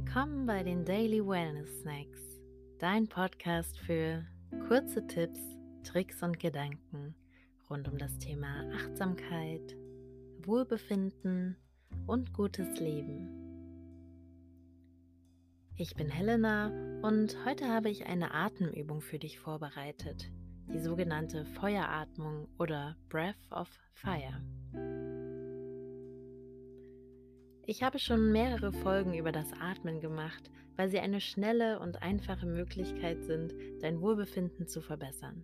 Willkommen bei den Daily Wellness Snacks, dein Podcast für kurze Tipps, Tricks und Gedanken rund um das Thema Achtsamkeit, Wohlbefinden und gutes Leben. Ich bin Helena und heute habe ich eine Atemübung für dich vorbereitet, die sogenannte Feueratmung oder Breath of Fire. Ich habe schon mehrere Folgen über das Atmen gemacht, weil sie eine schnelle und einfache Möglichkeit sind, dein Wohlbefinden zu verbessern.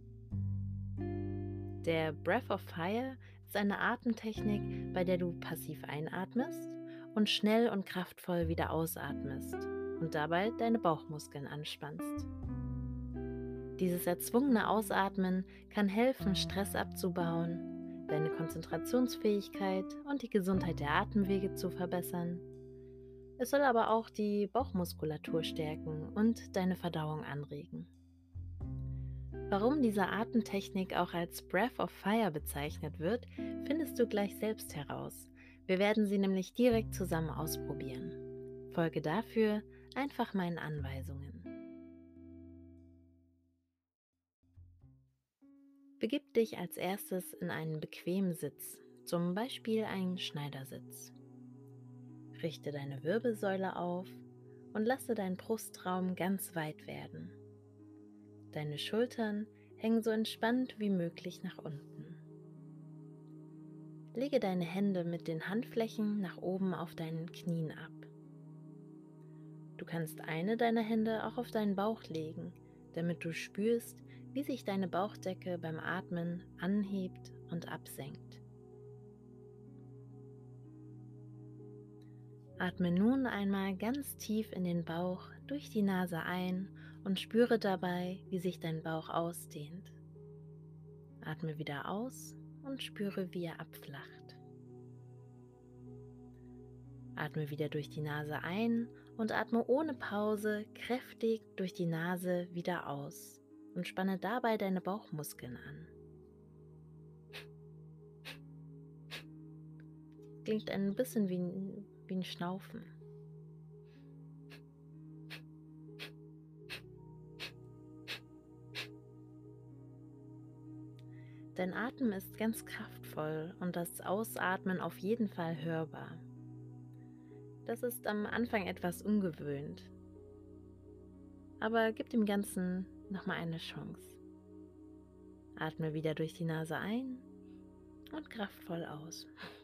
Der Breath of Fire ist eine Atemtechnik, bei der du passiv einatmest und schnell und kraftvoll wieder ausatmest und dabei deine Bauchmuskeln anspannst. Dieses erzwungene Ausatmen kann helfen, Stress abzubauen, deine Konzentrationsfähigkeit und die Gesundheit der Atemwege zu verbessern. Es soll aber auch die Bauchmuskulatur stärken und deine Verdauung anregen. Warum diese Atemtechnik auch als Breath of Fire bezeichnet wird, findest du gleich selbst heraus. Wir werden sie nämlich direkt zusammen ausprobieren. Folge dafür einfach meinen Anweisungen. Begib dich als erstes in einen bequemen Sitz, zum Beispiel einen Schneidersitz. Richte deine Wirbelsäule auf und lasse deinen Brustraum ganz weit werden. Deine Schultern hängen so entspannt wie möglich nach unten. Lege deine Hände mit den Handflächen nach oben auf deinen Knien ab. Du kannst eine deiner Hände auch auf deinen Bauch legen, damit du spürst, wie sich deine Bauchdecke beim Atmen anhebt und absenkt. Atme nun einmal ganz tief in den Bauch durch die Nase ein und spüre dabei, wie sich dein Bauch ausdehnt. Atme wieder aus und spüre, wie er abflacht. Atme wieder durch die Nase ein und atme ohne Pause kräftig durch die Nase wieder aus und spanne dabei deine Bauchmuskeln an. Klingt ein bisschen wie ein Schnaufen. Dein Atem ist ganz kraftvoll und das Ausatmen auf jeden Fall hörbar. Das ist am Anfang etwas ungewöhnt, aber gib dem Ganzen nochmal eine Chance. Atme wieder durch die Nase ein und kraftvoll aus.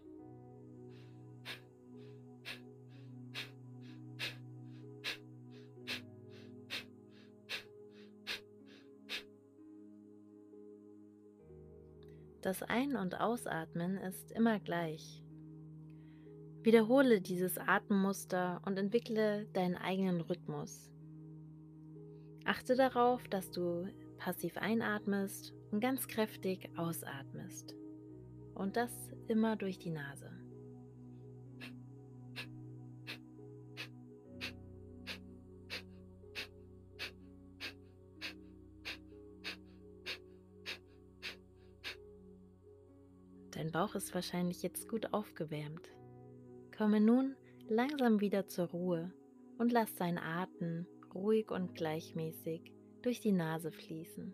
Das Ein- und Ausatmen ist immer gleich. Wiederhole dieses Atemmuster und entwickle deinen eigenen Rhythmus. Achte darauf, dass du passiv einatmest und ganz kräftig ausatmest. Und das immer durch die Nase. Dein Bauch ist wahrscheinlich jetzt gut aufgewärmt. Komme nun langsam wieder zur Ruhe und lass deinen Atem ruhig und gleichmäßig durch die Nase fließen.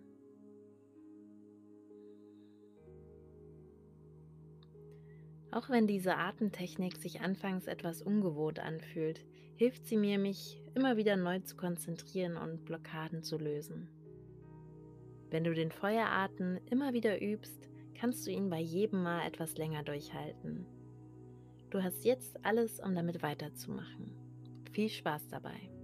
Auch wenn diese Atemtechnik sich anfangs etwas ungewohnt anfühlt, hilft sie mir, mich immer wieder neu zu konzentrieren und Blockaden zu lösen. Wenn du den Feueratem immer wieder übst, kannst du ihn bei jedem Mal etwas länger durchhalten. Du hast jetzt alles, um damit weiterzumachen. Viel Spaß dabei!